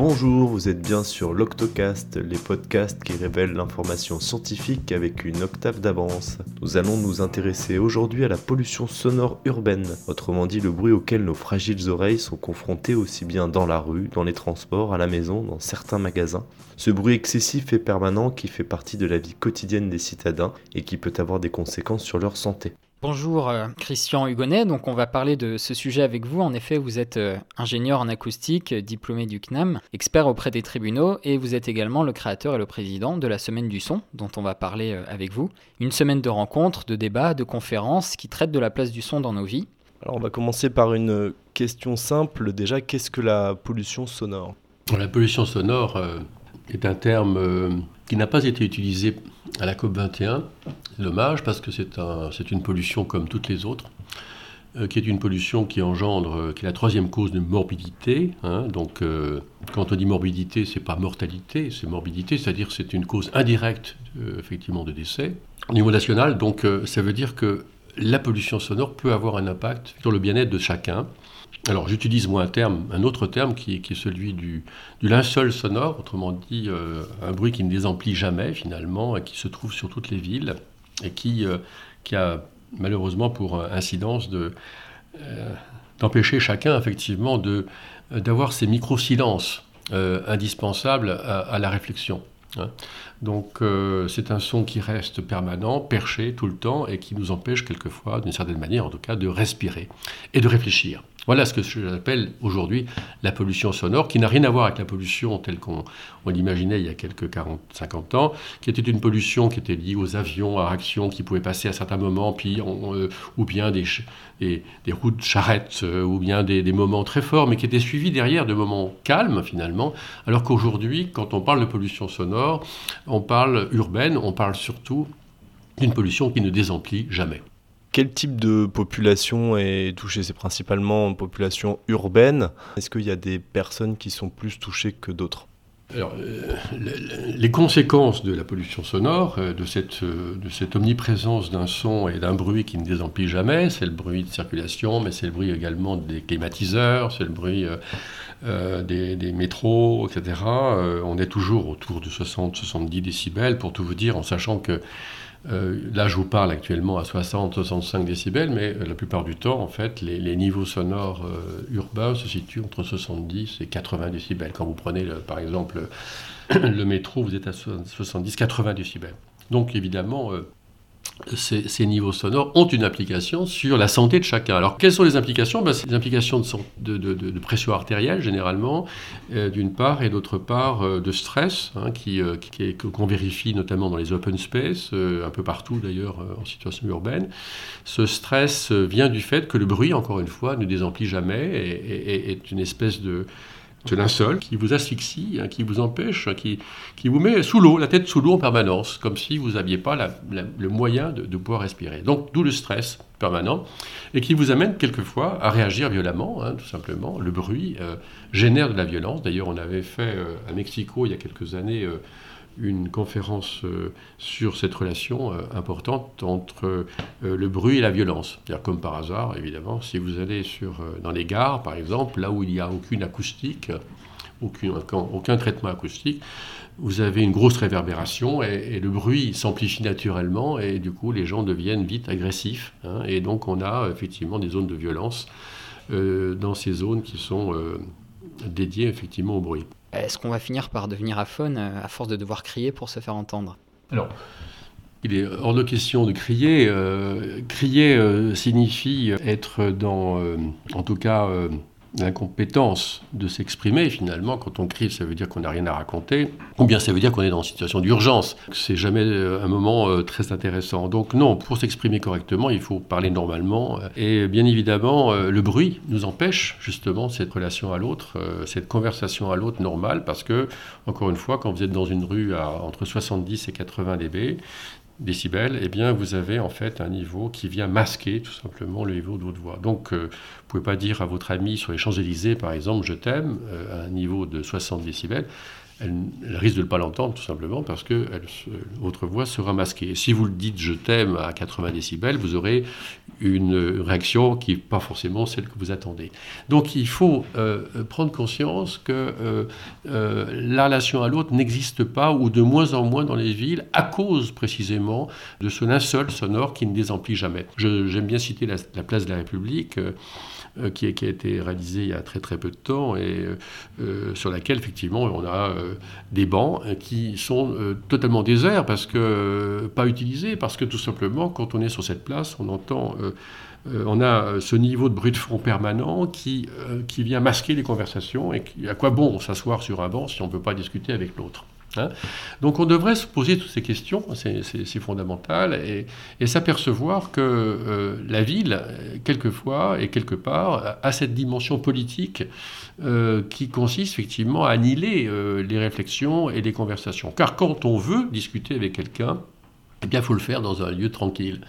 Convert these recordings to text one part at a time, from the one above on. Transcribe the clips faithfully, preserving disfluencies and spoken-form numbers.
Bonjour, vous êtes bien sur l'Octocast, les podcasts qui révèlent l'information scientifique avec une octave d'avance. Nous allons nous intéresser aujourd'hui à la pollution sonore urbaine, autrement dit le bruit auquel nos fragiles oreilles sont confrontées aussi bien dans la rue, dans les transports, à la maison, dans certains magasins. Ce bruit excessif et permanent qui fait partie de la vie quotidienne des citadins et qui peut avoir des conséquences sur leur santé. Bonjour euh, Christian Hugonnet, donc on va parler de ce sujet avec vous. En effet, vous êtes euh, ingénieur en acoustique, euh, diplômé du C N A M, expert auprès des tribunaux et vous êtes également le créateur et le président de la Semaine du Son, dont on va parler euh, avec vous. Une semaine de rencontres, de débats, de conférences qui traitent de la place du son dans nos vies. Alors on va commencer par une question simple. Déjà, qu'est-ce que la pollution sonore ? La pollution sonore euh, est un terme euh, qui n'a pas été utilisé à la COP vingt et un. C'est dommage parce que c'est, un, c'est une pollution comme toutes les autres, euh, qui est une pollution qui engendre, euh, qui est la troisième cause de morbidité. Hein. Donc euh, quand on dit morbidité, c'est pas mortalité, c'est morbidité, c'est-à-dire que c'est une cause indirecte euh, effectivement de décès. Au niveau national, donc euh, ça veut dire que la pollution sonore peut avoir un impact sur le bien-être de chacun. Alors j'utilise moi un terme, un autre terme qui est, qui est celui du, du linceul sonore, autrement dit euh, un bruit qui ne désemplit jamais finalement, et qui se trouve sur toutes les villes et qui, euh, qui a malheureusement pour incidence de, euh, d'empêcher chacun effectivement de, d'avoir ces micro-silences euh, indispensables à, à la réflexion. Hein. Donc euh, c'est un son qui reste permanent, perché tout le temps et qui nous empêche quelquefois, d'une certaine manière en tout cas, de respirer et de réfléchir. Voilà ce que j'appelle aujourd'hui la pollution sonore, qui n'a rien à voir avec la pollution telle qu'on on l'imaginait il y a quelques quarante à cinquante ans, qui était une pollution qui était liée aux avions à réaction qui pouvaient passer à certains moments, puis on, euh, ou bien des, des, des roues de charrette, euh, ou bien des, des moments très forts, mais qui étaient suivis derrière de moments calmes finalement, alors qu'aujourd'hui, quand on parle de pollution sonore, on parle urbaine, on parle surtout d'une pollution qui ne désemplit jamais. Quel type de population est touchée ? C'est principalement une population urbaine. Est-ce qu'il y a des personnes qui sont plus touchées que d'autres ? Alors, euh, les conséquences de la pollution sonore, euh, de, cette, euh, de cette omniprésence d'un son et d'un bruit qui ne désemplit jamais, c'est le bruit de circulation, mais c'est le bruit également des climatiseurs, c'est le bruit euh, euh, des, des métros, et cetera. Euh, on est toujours autour de soixante à soixante-dix décibels, pour tout vous dire, en sachant que Euh, là, je vous parle actuellement à soixante à soixante-cinq décibels, mais euh, la plupart du temps, en fait, les, les niveaux sonores euh, urbains se situent entre soixante-dix et quatre-vingts décibels. Quand vous prenez, le, par exemple, le métro, vous êtes à soixante-dix à quatre-vingts décibels. Donc, évidemment, euh, ces, ces niveaux sonores ont une implication sur la santé de chacun. Alors, quelles sont les implications ? Ben, c'est des implications de, de, de, de pression artérielle, généralement, euh, d'une part, et d'autre part, euh, de stress, hein, qui, euh, qui est, qu'on vérifie notamment dans les open space, euh, un peu partout d'ailleurs euh, en situation urbaine. Ce stress euh, vient du fait que le bruit, encore une fois, ne désemplit jamais et, et, et est une espèce de... de linceul qui vous asphyxie, hein, qui vous empêche, hein, qui, qui vous met sous l'eau, la tête sous l'eau en permanence, comme si vous n'aviez pas la, la, le moyen de, de pouvoir respirer. Donc, d'où le stress permanent, et qui vous amène quelquefois à réagir violemment, hein, tout simplement. Le bruit euh, génère de la violence. D'ailleurs, on avait fait euh, à Mexico, il y a quelques années, euh, une conférence euh, sur cette relation euh, importante entre euh, le bruit et la violence. C'est-à-dire, comme par hasard, évidemment, si vous allez sur, euh, dans les gares, par exemple, là où il n'y a aucune acoustique, aucun, aucun traitement acoustique, vous avez une grosse réverbération et, et le bruit s'amplifie naturellement et du coup, les gens deviennent vite agressifs. Hein, et donc, on a effectivement des zones de violence euh, dans ces zones qui sont euh, dédiées effectivement au bruit. Est-ce qu'on va finir par devenir aphone à force de devoir crier pour se faire entendre ? Alors, il est hors de question de crier. Euh, crier euh, signifie être dans, euh, en tout cas, euh, l'incompétence de s'exprimer. Finalement, quand on crie, ça veut dire qu'on n'a rien à raconter, ou bien ça veut dire qu'on est dans une situation d'urgence. C'est jamais un moment euh, très intéressant. Donc non, pour s'exprimer correctement, il faut parler normalement. Et bien évidemment, euh, le bruit nous empêche justement cette relation à l'autre, euh, cette conversation à l'autre normale, parce que, encore une fois, quand vous êtes dans une rue à entre soixante-dix et quatre-vingts décibels, décibels, eh bien, vous avez en fait un niveau qui vient masquer tout simplement le niveau de votre voix. Donc, euh, vous ne pouvez pas dire à votre ami sur les Champs-Élysées, par exemple, « je t'aime » euh, à un niveau de soixante décibels. elle, elle risque de ne pas l'entendre tout simplement parce que elle, votre voix sera masquée. Et si vous le dites « je t'aime » à quatre-vingts décibels, vous aurez une réaction qui n'est pas forcément celle que vous attendez. Donc il faut euh, prendre conscience que euh, euh, la relation à l'autre n'existe pas ou de moins en moins dans les villes à cause précisément de ce linceul sonore qui ne désemplit jamais. Je, j'aime bien citer la, la place de la République euh, euh, qui, est, qui a été réalisée il y a très très peu de temps et euh, sur laquelle effectivement on a euh, des bancs qui sont euh, totalement déserts parce que euh, pas utilisés parce que tout simplement quand on est sur cette place on entend euh, Euh, on a ce niveau de bruit de fond permanent qui, euh, qui vient masquer les conversations. Et qui, à quoi bon s'asseoir sur un banc si on ne peut pas discuter avec l'autre, hein ? Donc on devrait se poser toutes ces questions, c'est, c'est, c'est fondamental, et, et s'apercevoir que euh, la ville, quelquefois et quelque part, a cette dimension politique euh, qui consiste effectivement à annihiler euh, les réflexions et les conversations. Car quand on veut discuter avec quelqu'un, eh bien il faut le faire dans un lieu tranquille.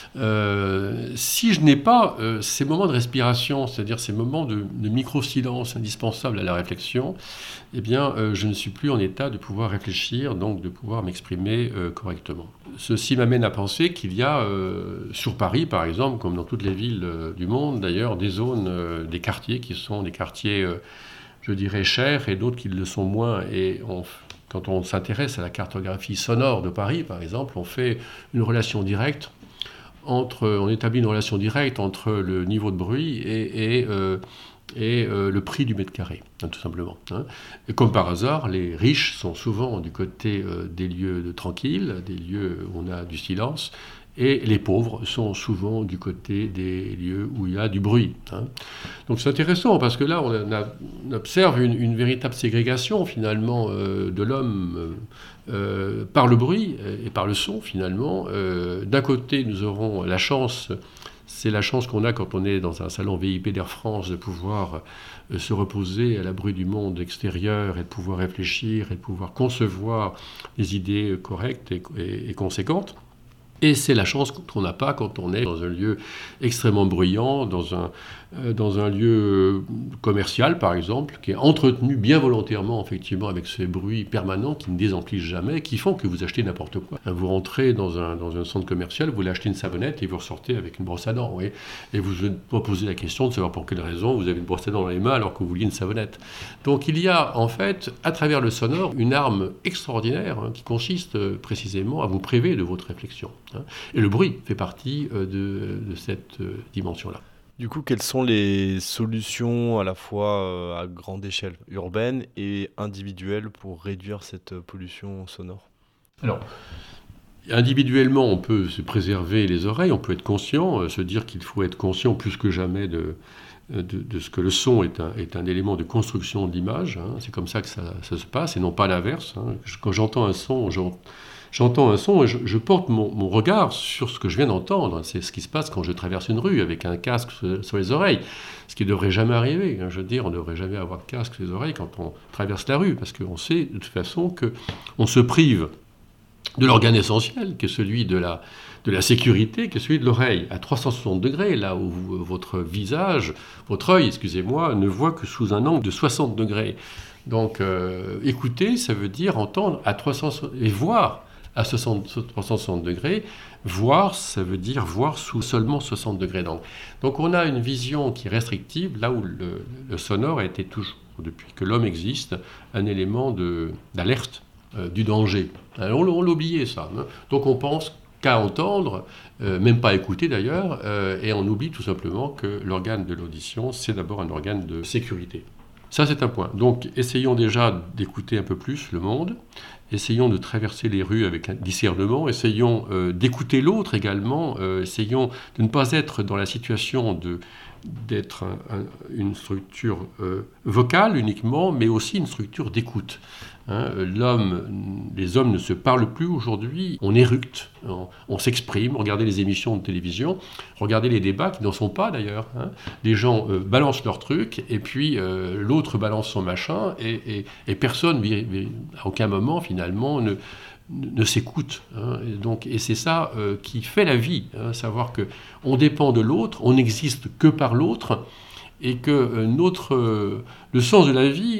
Euh, si je n'ai pas euh, ces moments de respiration, c'est-à-dire ces moments de, de micro-silence indispensables à la réflexion, eh bien, euh, je ne suis plus en état de pouvoir réfléchir, donc de pouvoir m'exprimer euh, correctement. Ceci m'amène à penser qu'il y a euh, sur Paris, par exemple, comme dans toutes les villes euh, du monde, d'ailleurs, des zones, euh, des quartiers qui sont des quartiers, euh, je dirais, chers et d'autres qui le sont moins. Et on quand on s'intéresse à la cartographie sonore de Paris, par exemple, on fait une relation directe Entre, on établit une relation directe entre le niveau de bruit et, et, euh, et euh, le prix du mètre carré, hein, tout simplement. Hein. Et comme par hasard, les riches sont souvent du côté euh, des lieux de tranquilles, des lieux où on a du silence, et les pauvres sont souvent du côté des lieux où il y a du bruit. Hein. Donc c'est intéressant parce que là, on, a, on observe une, une véritable ségrégation finalement euh, de l'homme euh, euh, par le bruit et par le son finalement. Euh, d'un côté, nous aurons la chance, c'est la chance qu'on a quand on est dans un salon V I P d'Air France de pouvoir euh, se reposer à l'abri du monde extérieur et de pouvoir réfléchir et de pouvoir concevoir des idées correctes et, et, et conséquentes. Et c'est la chance qu'on n'a pas quand on est dans un lieu extrêmement bruyant, dans un, euh, dans un lieu commercial, par exemple, qui est entretenu bien volontairement, effectivement, avec ces bruits permanents qui ne désemplissent jamais, qui font que vous achetez n'importe quoi. Vous rentrez dans un, dans un centre commercial, vous voulez acheter une savonnette et vous ressortez avec une brosse à dents. Oui. Et vous vous posez la question de savoir pour quelle raison vous avez une brosse à dents dans les mains alors que vous vouliez une savonnette. Donc il y a, en fait, à travers le sonore, une arme extraordinaire hein, qui consiste euh, précisément à vous priver de votre réflexion. Et le bruit fait partie de, de cette dimension-là. Du coup, quelles sont les solutions à la fois à grande échelle urbaine et individuelle pour réduire cette pollution sonore ? Alors, individuellement, on peut se préserver les oreilles, on peut être conscient, se dire qu'il faut être conscient plus que jamais de, de, de ce que le son est un, est un élément de construction de l'image. Hein. C'est comme ça que ça, ça se passe et non pas l'inverse. Hein. Quand j'entends un son, j'entends J'entends un son et je, je porte mon, mon regard sur ce que je viens d'entendre. C'est ce qui se passe quand je traverse une rue avec un casque sur, sur les oreilles. Ce qui ne devrait jamais arriver. Je veux dire, on ne devrait jamais avoir de casque sur les oreilles quand on traverse la rue. Parce qu'on sait de toute façon qu'on se prive de l'organe essentiel, qui est celui de la, de la sécurité, qui est celui de l'oreille, à trois cent soixante degrés, là où vous, votre visage, votre œil, excusez-moi, ne voit que sous un angle de soixante degrés. Donc, euh, écouter, ça veut dire entendre à trois cents et voir à trois cent soixante degrés, voir, ça veut dire voir sous seulement soixante degrés d'angle. Donc on a une vision qui est restrictive, là où le, le sonore a été toujours, depuis que l'homme existe, un élément de, d'alerte euh, du danger. Alors, on, on l'a oublié ça. Hein. Donc on pense qu'à entendre, euh, même pas écouter d'ailleurs, euh, et on oublie tout simplement que l'organe de l'audition, c'est d'abord un organe de sécurité. Ça, c'est un point. Donc, essayons déjà d'écouter un peu plus le monde, essayons de traverser les rues avec un discernement, essayons euh, d'écouter l'autre également, euh, essayons de ne pas être dans la situation de, d'être un, un, une structure euh, vocale uniquement, mais aussi une structure d'écoute. Hein, l'homme, les hommes ne se parlent plus aujourd'hui, on éructe, on, on s'exprime, regardez les émissions de télévision, regardez les débats qui n'en sont pas d'ailleurs. Hein. Les gens euh, balancent leur truc et puis euh, l'autre balance son machin et, et, et personne, à aucun moment finalement, ne, ne s'écoute. Hein. Et, donc, et c'est ça euh, qui fait la vie, hein, savoir qu'on dépend de l'autre, on n'existe que par l'autre. Et que euh, notre, euh, le sens de la vie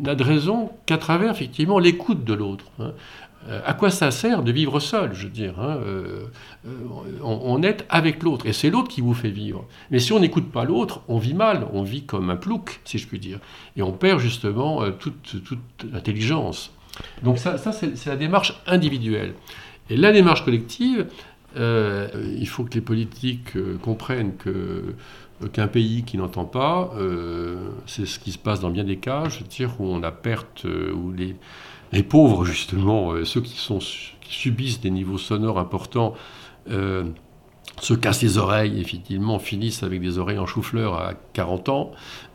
n'a de raison qu'à travers, effectivement, l'écoute de l'autre. Hein. Euh, à quoi ça sert de vivre seul, je veux dire, hein, euh, euh, on, on est avec l'autre, et c'est l'autre qui vous fait vivre. Mais si on n'écoute pas l'autre, on vit mal, on vit comme un plouc, si je puis dire. Et on perd justement euh, toute, toute l'intelligence. Donc ça, ça c'est, c'est la démarche individuelle. Et la démarche collective, euh, il faut que les politiques euh, comprennent que, euh, qu'un pays qui n'entend pas, euh, c'est ce qui se passe dans bien des cas, je veux dire, où on a perte, euh, où les, les pauvres, justement, euh, ceux qui, sont, qui subissent des niveaux sonores importants, euh, se cassent les oreilles, effectivement, finissent avec des oreilles en chou-fleur à quarante ans,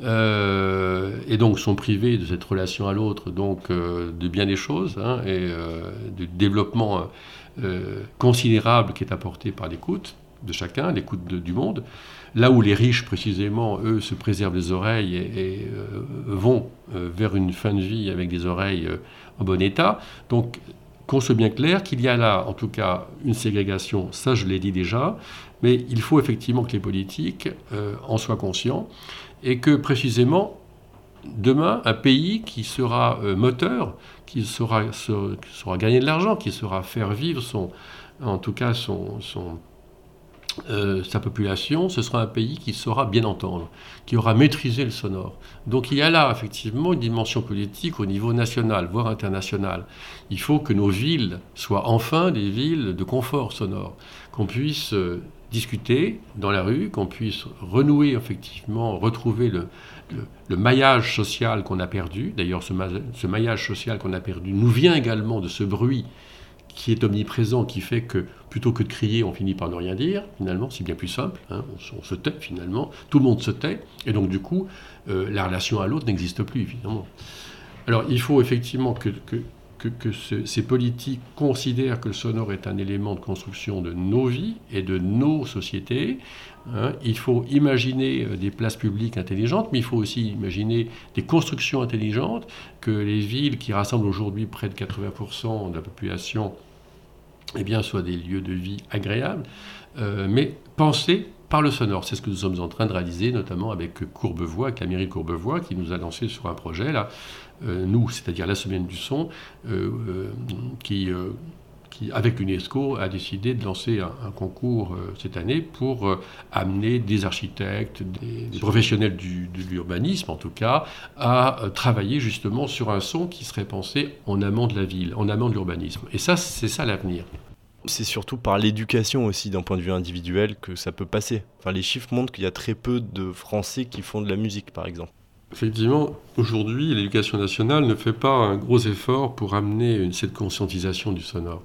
euh, et donc sont privés de cette relation à l'autre, donc euh, de bien des choses, hein, et euh, du développement euh, considérable qui est apporté par l'écoute de chacun, l'écoute de, du monde. Là où les riches, précisément, eux, se préservent les oreilles et, et euh, vont euh, vers une fin de vie avec des oreilles euh, en bon état. Donc, qu'on soit bien clair qu'il y a là, en tout cas, une ségrégation, ça je l'ai dit déjà, mais il faut effectivement que les politiques euh, en soient conscients et que, précisément, demain, un pays qui sera euh, moteur, qui saura, se, qui saura gagner de l'argent, qui saura faire vivre son, en tout cas son, son, euh, sa population, ce sera un pays qui saura bien entendre, qui aura maîtrisé le sonore. Donc il y a là effectivement une dimension politique au niveau national, voire international. Il faut que nos villes soient enfin des villes de confort sonore, qu'on puisse euh, discuter dans la rue, qu'on puisse renouer effectivement, retrouver le, le, le maillage social qu'on a perdu. D'ailleurs, ce, ma- ce maillage social qu'on a perdu nous vient également de ce bruit qui est omniprésent, qui fait que plutôt que de crier, on finit par ne rien dire, finalement, c'est bien plus simple, hein, on, on se tait finalement, tout le monde se tait, et donc du coup, euh, la relation à l'autre n'existe plus, évidemment. Alors il faut effectivement que, que, que, que ce, ces politiques considèrent que le sonore est un élément de construction de nos vies et de nos sociétés. Hein. Il faut imaginer des places publiques intelligentes, mais il faut aussi imaginer des constructions intelligentes, que les villes qui rassemblent aujourd'hui près de quatre-vingts pour cent de la population eh bien, soient des lieux de vie agréables, euh, mais pensés par le sonore. C'est ce que nous sommes en train de réaliser, notamment avec Courbevoie, avec la mairie de Courbevoie, qui nous a lancé sur un projet, là, euh, nous, c'est-à-dire la Semaine du Son, euh, euh, qui, euh, qui, avec l'UNESCO, a décidé de lancer un, un concours euh, cette année pour euh, amener des architectes, des, des professionnels du, de l'urbanisme, en tout cas, à euh, travailler justement sur un son qui serait pensé en amont de la ville, en amont de l'urbanisme. Et ça, c'est ça l'avenir. C'est surtout par l'éducation aussi, d'un point de vue individuel, que ça peut passer. Enfin, les chiffres montrent qu'il y a très peu de Français qui font de la musique, par exemple. Effectivement, aujourd'hui, l'éducation nationale ne fait pas un gros effort pour amener une, cette conscientisation du sonore.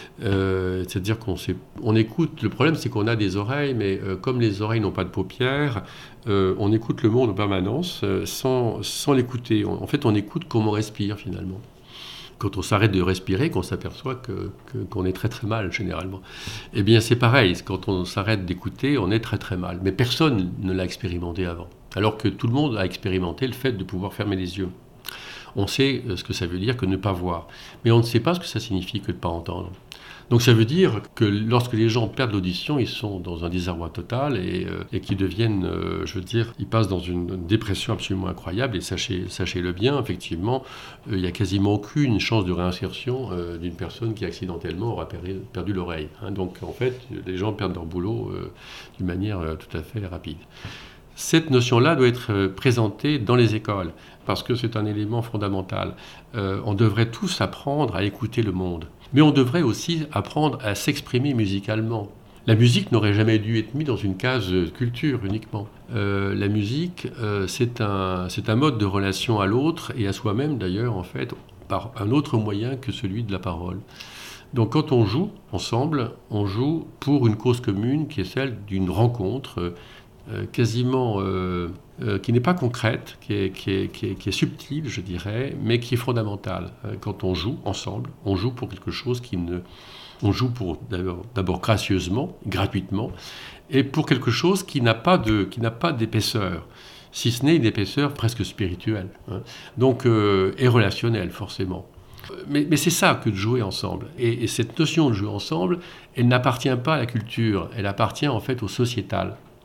Euh, c'est-à-dire qu'on sait, on écoute, le problème c'est qu'on a des oreilles, mais euh, comme les oreilles n'ont pas de paupières, euh, on écoute le monde en permanence euh, sans, sans l'écouter. En fait, on écoute comme on respire finalement. Quand on s'arrête de respirer, qu'on s'aperçoit que, que, qu'on est très très mal généralement. Eh bien c'est pareil, quand on s'arrête d'écouter, on est très très mal. Mais personne ne l'a expérimenté avant. Alors que tout le monde a expérimenté le fait de pouvoir fermer les yeux. On sait ce que ça veut dire que ne pas voir. Mais on ne sait pas ce que ça signifie que de ne pas entendre. Donc ça veut dire que lorsque les gens perdent l'audition, ils sont dans un désarroi total et, euh, et qu'ils deviennent, euh, je veux dire, ils passent dans une dépression absolument incroyable. Et sachez, sachez-le bien, effectivement, euh, il n'y a quasiment aucune chance de réinsertion euh, d'une personne qui accidentellement aura perdu, perdu l'oreille. Hein. Donc en fait, les gens perdent leur boulot euh, d'une manière euh, tout à fait rapide. Cette notion-là doit être présentée dans les écoles, parce que c'est un élément fondamental. Euh, on devrait tous apprendre à écouter le monde. Mais on devrait aussi apprendre à s'exprimer musicalement. La musique n'aurait jamais dû être mise dans une case culture uniquement. Euh, la musique, euh, c'est un, c'est un mode de relation à l'autre, et à soi-même d'ailleurs, en fait, par un autre moyen que celui de la parole. Donc quand on joue ensemble, on joue pour une cause commune qui est celle d'une rencontre Euh, quasiment, euh, euh, qui n'est pas concrète, qui est, qui, est, qui, est, qui est subtile, je dirais, mais qui est fondamentale. Euh, quand on joue ensemble, on joue pour quelque chose qui ne... On joue pour, d'abord, d'abord gracieusement, gratuitement, et pour quelque chose qui n'a pas, de, qui n'a pas d'épaisseur, si ce n'est une épaisseur presque spirituelle, hein, donc, euh, et relationnelle, forcément. Mais, mais c'est ça que de jouer ensemble. Et, et cette notion de jouer ensemble, elle n'appartient pas à la culture, elle appartient en fait au sociétal.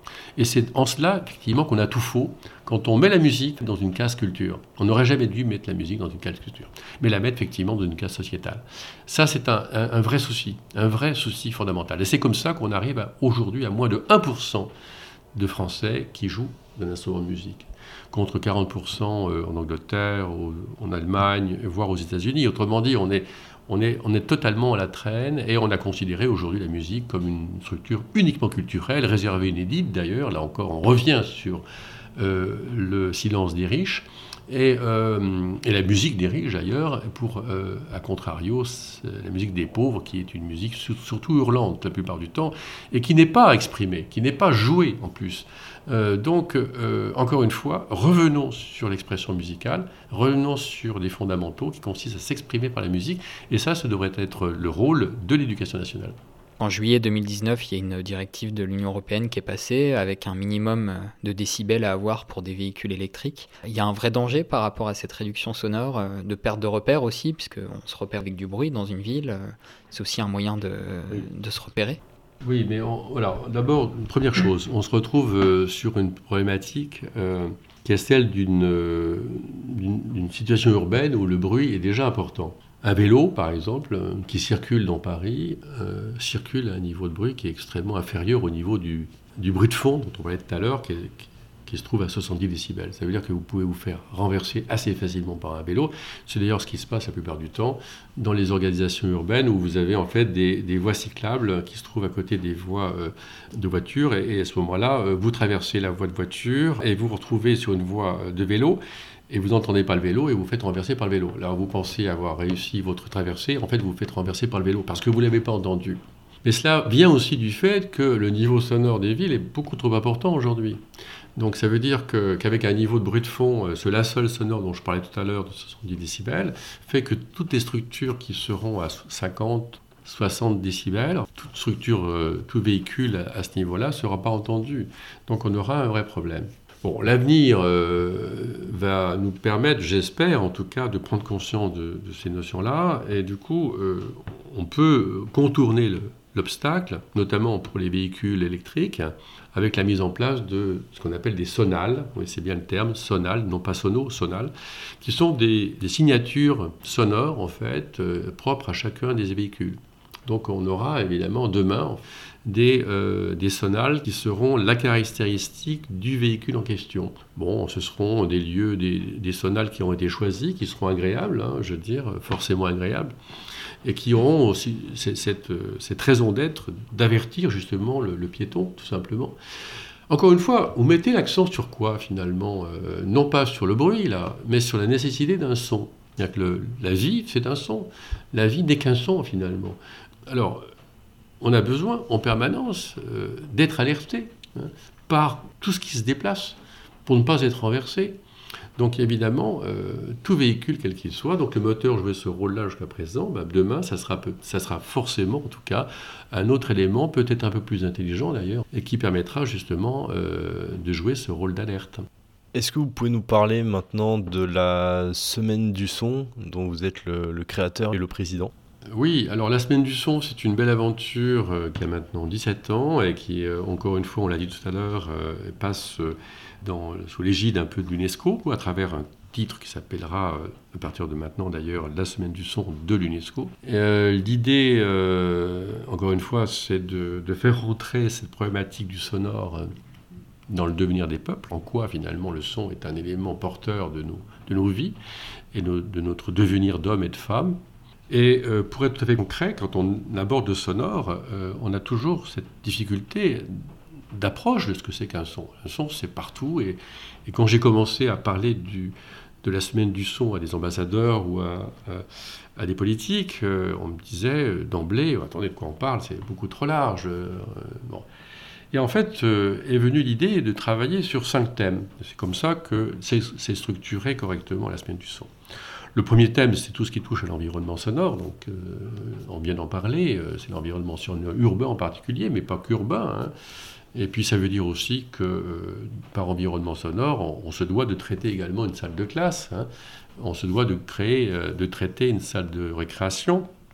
Et c'est en cela, effectivement, qu'on a tout faux quand on met la musique dans une case culture. On n'aurait jamais dû mettre la musique dans une case culture, mais la mettre effectivement dans une case sociétale. Ça, c'est un, un, un vrai souci, un vrai souci fondamental. Et c'est comme ça qu'on arrive à, aujourd'hui à moins de un pour cent de Français qui jouent d'un instrument de musique, contre quarante pour cent en Angleterre, en Allemagne, voire aux États-Unis. Autrement dit, on est, on est, on est totalement à la traîne et on a considéré aujourd'hui la musique comme une structure uniquement culturelle, réservée, inédite d'ailleurs. Là encore, on revient sur euh, le silence des riches et, euh, et la musique des riches d'ailleurs, pour, euh, à contrario, la musique des pauvres qui est une musique surtout hurlante la plupart du temps et qui n'est pas exprimée, qui n'est pas jouée en plus. Euh, donc, euh, encore une fois, revenons sur l'expression musicale, revenons sur des fondamentaux qui consistent à s'exprimer par la musique, et ça, ça devrait être le rôle de l'éducation nationale. En juillet deux mille dix-neuf, il y a une directive de l'Union européenne qui est passée avec un minimum de décibels à avoir pour des véhicules électriques. Il y a un vrai danger par rapport à cette réduction sonore, de perte de repères aussi, puisqu'on se repère avec du bruit dans une ville. C'est aussi un moyen de, oui. de se repérer. Oui, mais on, alors, d'abord, une première chose, on se retrouve euh, sur une problématique euh, qui est celle d'une, euh, d'une, d'une situation urbaine où le bruit est déjà important. Un vélo, par exemple, euh, qui circule dans Paris, euh, circule à un niveau de bruit qui est extrêmement inférieur au niveau du, du bruit de fond dont on parlait tout à l'heure, qui, est, qui se trouve à soixante-dix décibels. Ça veut dire que vous pouvez vous faire renverser assez facilement par un vélo. C'est d'ailleurs ce qui se passe la plupart du temps dans les organisations urbaines où vous avez en fait des, des voies cyclables qui se trouvent à côté des voies euh, de voiture. Et, et à ce moment-là, euh, vous traversez la voie de voiture et vous vous retrouvez sur une voie de vélo. Et vous n'entendez pas le vélo et vous vous faites renverser par le vélo. Alors vous pensez avoir réussi votre traversée, en fait vous vous faites renverser par le vélo parce que vous ne l'avez pas entendu. Mais cela vient aussi du fait que le niveau sonore des villes est beaucoup trop important aujourd'hui. Donc ça veut dire que, qu'avec un niveau de bruit de fond, ce linceul sonore dont je parlais tout à l'heure de soixante-dix décibels, fait que toutes les structures qui seront à cinquante, soixante décibels, toute structure, euh, tout véhicule à, à ce niveau-là ne sera pas entendu. Donc on aura un vrai problème. Bon, l'avenir euh, va nous permettre, j'espère en tout cas, de prendre conscience de, de ces notions-là. Et du coup, euh, on peut contourner le, l'obstacle, notamment pour les véhicules électriques, avec la mise en place de ce qu'on appelle des sonales, oui, c'est bien le terme, sonales, non pas sono, sonales, qui sont des, des signatures sonores, en fait, euh, propres à chacun des véhicules. Donc on aura évidemment demain des, euh, des sonales qui seront la caractéristique du véhicule en question. Bon, ce seront des lieux, des, des sonales qui ont été choisis, qui seront agréables, hein, je veux dire, forcément agréables, et qui auront aussi cette, cette raison d'être d'avertir justement le, le piéton, tout simplement. Encore une fois, vous mettez l'accent sur quoi finalement euh, non pas sur le bruit, là, mais sur la nécessité d'un son. C'est-à-dire que le, la vie, c'est un son. La vie n'est qu'un son finalement. Alors, on a besoin en permanence euh, d'être alerté hein, par tout ce qui se déplace pour ne pas être renversé. Donc évidemment, euh, tout véhicule, quel qu'il soit, donc le moteur jouait ce rôle-là jusqu'à présent, ben demain, ça sera, ça sera forcément, en tout cas, un autre élément, peut-être un peu plus intelligent d'ailleurs, et qui permettra justement euh, de jouer ce rôle d'alerte. Est-ce que vous pouvez nous parler maintenant de la Semaine du Son, dont vous êtes le, le créateur et le président ? Oui, alors la Semaine du Son, c'est une belle aventure euh, qui a maintenant dix-sept ans et qui, euh, encore une fois, on l'a dit tout à l'heure, euh, passe euh, dans, sous l'égide un peu de l'UNESCO, à travers un titre qui s'appellera, euh, à partir de maintenant d'ailleurs, la Semaine du Son de l'UNESCO. Et, euh, l'idée, euh, encore une fois, c'est de, de faire rentrer cette problématique du sonore euh, dans le devenir des peuples, en quoi finalement le son est un élément porteur de nos, de nos vies et de, de notre devenir d'hommes et de femmes. Et euh, pour être tout à fait concret, quand on aborde le sonore, euh, on a toujours cette difficulté d'approche de ce que c'est qu'un son. Un son, c'est partout. Et, et quand j'ai commencé à parler du, de la Semaine du Son à des ambassadeurs ou à, à, à des politiques, euh, on me disait d'emblée, attendez, de quoi on parle, c'est beaucoup trop large. Euh, bon. Et en fait, euh, est venue l'idée de travailler sur cinq thèmes. C'est comme ça que c'est, c'est structuré correctement la Semaine du Son. Le premier thème, c'est tout ce qui touche à l'environnement sonore, donc euh, on vient d'en parler, euh, c'est l'environnement sonore urbain en particulier, mais pas qu'urbain. Hein. Et puis ça veut dire aussi que euh, par environnement sonore, on, on se doit de traiter également une salle de classe, hein. On se doit de créer, euh, de traiter une salle de récréation,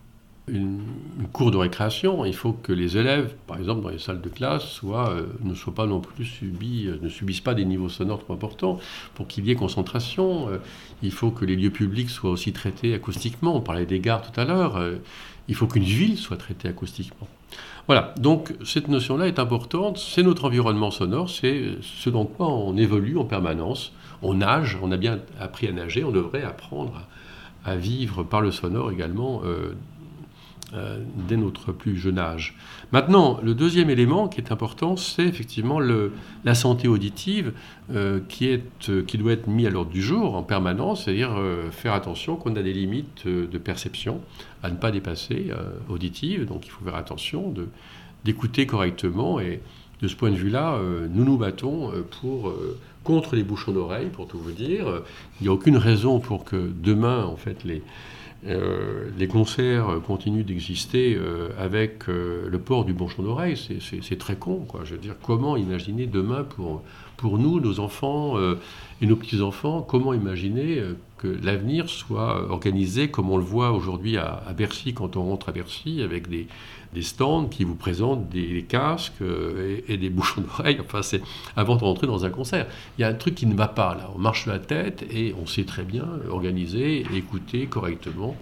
une, une cour de récréation. Il faut que les élèves, par exemple dans les salles de classe, soient, euh, ne soient pas non plus subis, euh, ne subissent pas des niveaux sonores trop importants pour qu'il y ait concentration. Euh, il faut que les lieux publics soient aussi traités acoustiquement. On parlait des gares tout à l'heure. Euh, il faut qu'une ville soit traitée acoustiquement. Voilà, donc cette notion-là est importante. C'est notre environnement sonore, c'est ce dans quoi on évolue en permanence. On nage, on a bien appris à nager, on devrait apprendre à, à vivre par le sonore également euh, euh, dès notre plus jeune âge. Maintenant, le deuxième élément qui est important, c'est effectivement le, la santé auditive euh, qui, est, euh, qui doit être mis à l'ordre du jour en permanence, c'est-à-dire euh, faire attention qu'on a des limites euh, de perception à ne pas dépasser euh, auditives, donc il faut faire attention de, d'écouter correctement, et de ce point de vue-là, euh, nous nous battons euh, pour, euh, contre les bouchons d'oreille, pour tout vous dire. Il n'y a aucune raison pour que demain, en fait, les Euh, les concerts continuent d'exister euh, avec euh, le port du bouchon d'oreille. C'est, c'est, c'est très con, quoi. Je veux dire, comment imaginer demain pour, pour nous, nos enfants euh, et nos petits-enfants, comment imaginer euh, que l'avenir soit organisé comme on le voit aujourd'hui à, à Bercy, quand on rentre à Bercy, avec des, des stands qui vous présentent des, des casques euh, et, et des bouchons d'oreille. Enfin, c'est avant de rentrer dans un concert. Il y a un truc qui ne va pas, là. On marche sur la tête et on sait très bien organiser et écouter correctement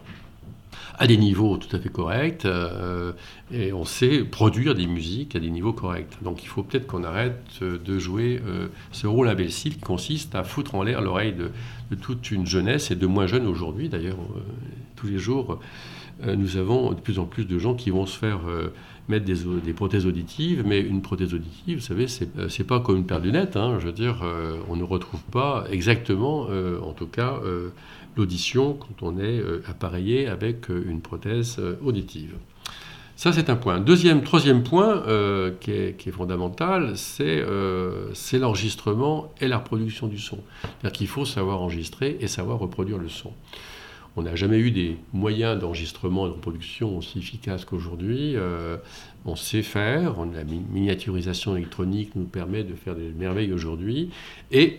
à des niveaux tout à fait corrects, euh, et on sait produire des musiques à des niveaux corrects. Donc il faut peut-être qu'on arrête de jouer euh, ce rôle imbécile qui consiste à foutre en l'air l'oreille de, de toute une jeunesse, et de moins jeunes aujourd'hui. D'ailleurs, euh, tous les jours, euh, nous avons de plus en plus de gens qui vont se faire euh, mettre des, des prothèses auditives, mais une prothèse auditive, vous savez, c'est, euh, c'est pas comme une paire de lunettes, hein, je veux dire, euh, on ne retrouve pas exactement, euh, en tout cas, euh, l'audition quand on est euh, appareillé avec euh, une prothèse euh, auditive. Ça, c'est un point. Deuxième, troisième point euh, qui, est, qui est fondamental, c'est, euh, c'est l'enregistrement et la reproduction du son. C'est-à-dire qu'il faut savoir enregistrer et savoir reproduire le son. On n'a jamais eu des moyens d'enregistrement et de reproduction aussi efficaces qu'aujourd'hui. Euh, on sait faire, on, la miniaturisation électronique nous permet de faire des merveilles aujourd'hui. Et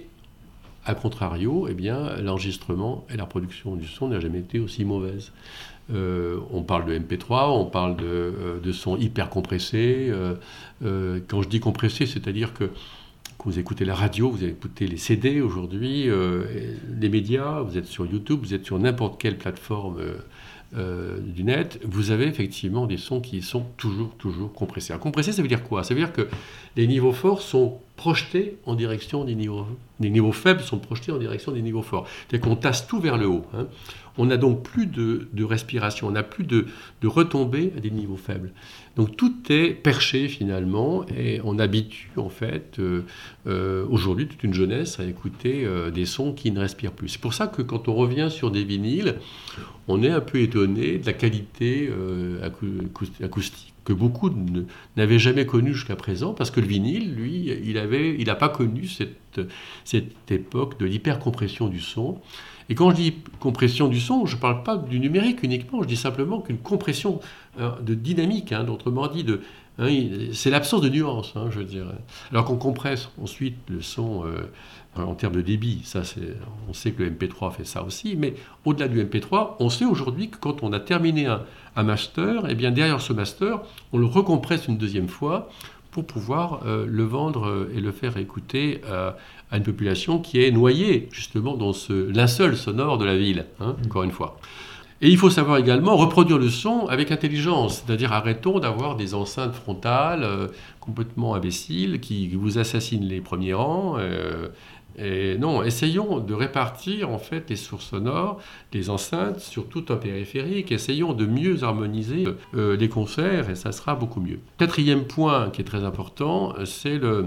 a contrario, eh bien, l'enregistrement et la reproduction du son n'a jamais été aussi mauvaise. Euh, on parle de M P trois, on parle de, euh, de son hyper compressé. Euh, euh, quand je dis compressé, c'est-à-dire que quand vous écoutez la radio, vous écoutez les C D aujourd'hui, euh, les médias, vous êtes sur YouTube, vous êtes sur n'importe quelle plateforme euh, euh, du net, vous avez effectivement des sons qui sont toujours, toujours compressés. Alors, compressé, ça veut dire quoi ? Ça veut dire que les niveaux forts sont projetés en direction des niveaux, des niveaux faibles sont projetés en direction des niveaux forts. C'est-à-dire qu'on tasse tout vers le haut. Hein. On n'a donc plus de, de respiration, on n'a plus de, de retombées à des niveaux faibles. Donc tout est perché finalement, et on habitue en fait euh, euh, aujourd'hui toute une jeunesse à écouter euh, des sons qui ne respirent plus. C'est pour ça que quand on revient sur des vinyles, on est un peu étonné de la qualité euh, acoustique que beaucoup ne, n'avaient jamais connue jusqu'à présent, parce que le vinyle, lui, il avait, il n'a pas connu cette, cette époque de l'hypercompression du son. Et quand je dis compression du son, je ne parle pas du numérique uniquement, je dis simplement qu'une compression euh, de dynamique, hein, autrement dit, de, hein, c'est l'absence de nuance, hein, je veux dire. Alors qu'on compresse ensuite le son euh, en termes de débit, ça c'est, on sait que le M P trois fait ça aussi, mais au-delà du M P trois, on sait aujourd'hui que quand on a terminé un, un master, eh bien derrière ce master, on le recompresse une deuxième fois pour pouvoir euh, le vendre euh, et le faire écouter euh, à une population qui est noyée justement dans ce linceul sonore de la ville, hein, encore une fois. Et il faut savoir également reproduire le son avec intelligence, c'est-à-dire arrêtons d'avoir des enceintes frontales euh, complètement imbéciles qui vous assassinent les premiers rangs. Euh, et non, essayons de répartir en fait les sources sonores, les enceintes sur tout un périphérique. Essayons de mieux harmoniser euh, les concerts et ça sera beaucoup mieux. Quatrième point qui est très important, c'est le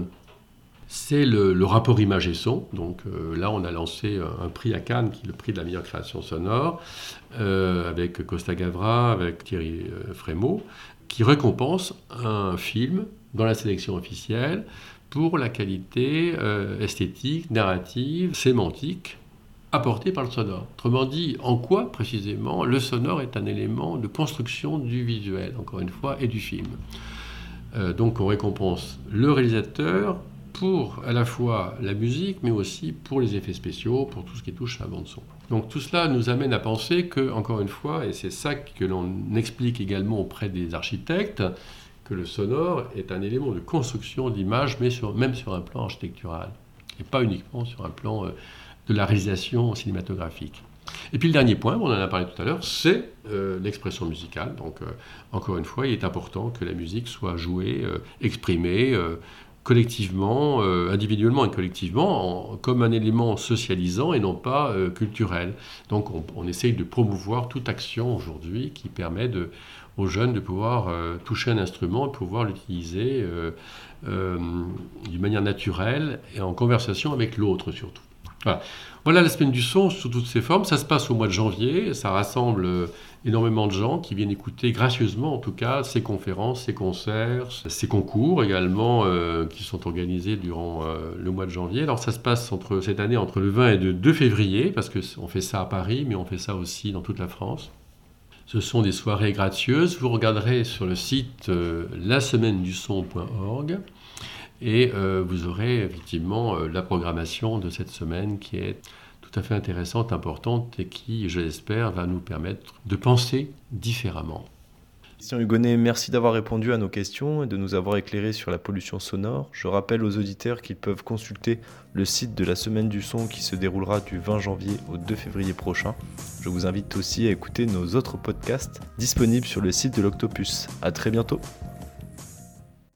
C'est le, le rapport image et son. Donc euh, là, on a lancé un, un prix à Cannes, qui est le prix de la meilleure création sonore, euh, avec Costa Gavra, avec Thierry euh, Frémaux, qui récompense un film dans la sélection officielle pour la qualité euh, esthétique, narrative, sémantique apportée par le sonore. Autrement dit, en quoi précisément le sonore est un élément de construction du visuel, encore une fois, et du film. Euh, donc on récompense le réalisateur pour à la fois la musique, mais aussi pour les effets spéciaux, pour tout ce qui touche à la bande-son. Donc tout cela nous amène à penser que, encore une fois, et c'est ça que l'on explique également auprès des architectes, que le sonore est un élément de construction d'image, mais sur, même sur un plan architectural, et pas uniquement sur un plan euh, de la réalisation cinématographique. Et puis le dernier point, on en a parlé tout à l'heure, c'est euh, l'expression musicale. Donc euh, encore une fois, il est important que la musique soit jouée, euh, exprimée, euh, collectivement, euh, individuellement et collectivement, en, comme un élément socialisant et non pas euh, culturel. Donc on, on essaye de promouvoir toute action aujourd'hui qui permet de, aux jeunes de pouvoir euh, toucher un instrument et pouvoir l'utiliser euh, euh, d'une manière naturelle et en conversation avec l'autre surtout. Voilà. Voilà la semaine du son sous toutes ses formes. Ça se passe au mois de janvier. Ça rassemble euh, énormément de gens qui viennent écouter gracieusement, en tout cas, ces conférences, ces concerts, ces concours également euh, qui sont organisés durant euh, le mois de janvier. Alors ça se passe entre, cette année entre le vingt et le deux février, parce qu'on fait ça à Paris, mais on fait ça aussi dans toute la France. Ce sont des soirées gracieuses. Vous regarderez sur le site euh, la semaine du son point org. Et euh, vous aurez effectivement euh, la programmation de cette semaine qui est tout à fait intéressante, importante et qui, je l'espère, va nous permettre de penser différemment. Christian Hugonnet, merci d'avoir répondu à nos questions et de nous avoir éclairé sur la pollution sonore. Je rappelle aux auditeurs qu'ils peuvent consulter le site de la Semaine du Son qui se déroulera du vingt janvier au deux février prochain. Je vous invite aussi à écouter nos autres podcasts disponibles sur le site de l'Octopus. À très bientôt.